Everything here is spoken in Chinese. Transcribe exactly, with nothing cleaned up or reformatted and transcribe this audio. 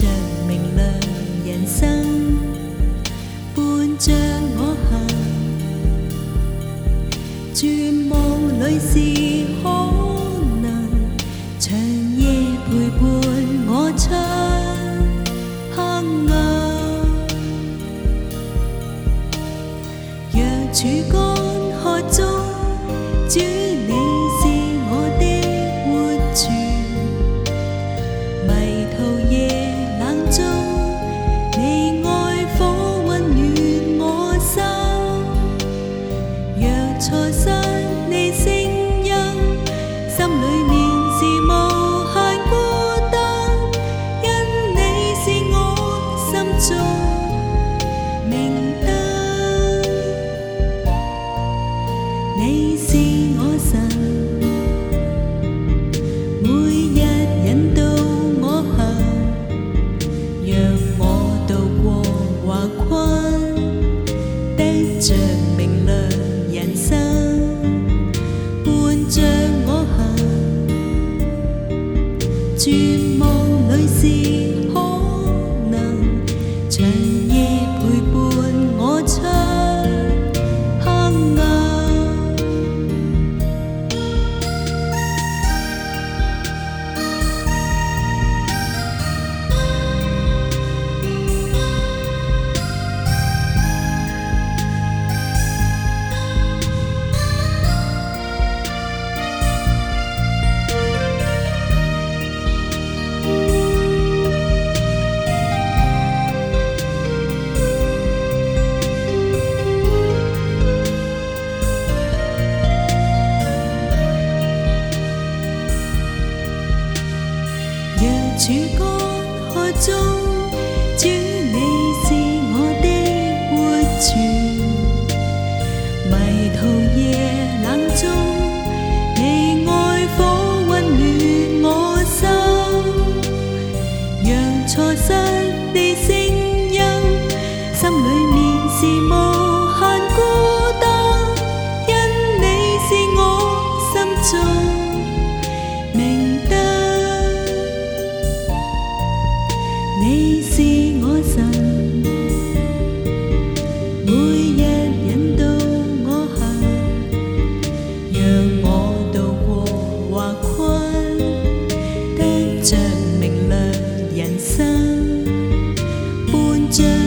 明亮人生，伴着我行。絕望裏是可能，長夜陪伴我出黑暗。若柱乾渴中，主你是我的活泉。迷途夜冷中，你愛火溫暖我心。若錯失你聲音，心裏面是無限孤單，因你是我心中明燈，你是我神，每日引導我行，讓我渡過華困，得着明亮人生，伴着我行。絕望裏是可能，長夜陪伴我出黑暗。若柱乾渴中，主你是我的活泉。迷途夜冷中，你愛火溫暖我心。讓錯失你聲音，心裏面是無限孤單，因你是我心中明燈。你是我神，每日引導我行，讓我渡過華困，得着明亮人生，伴着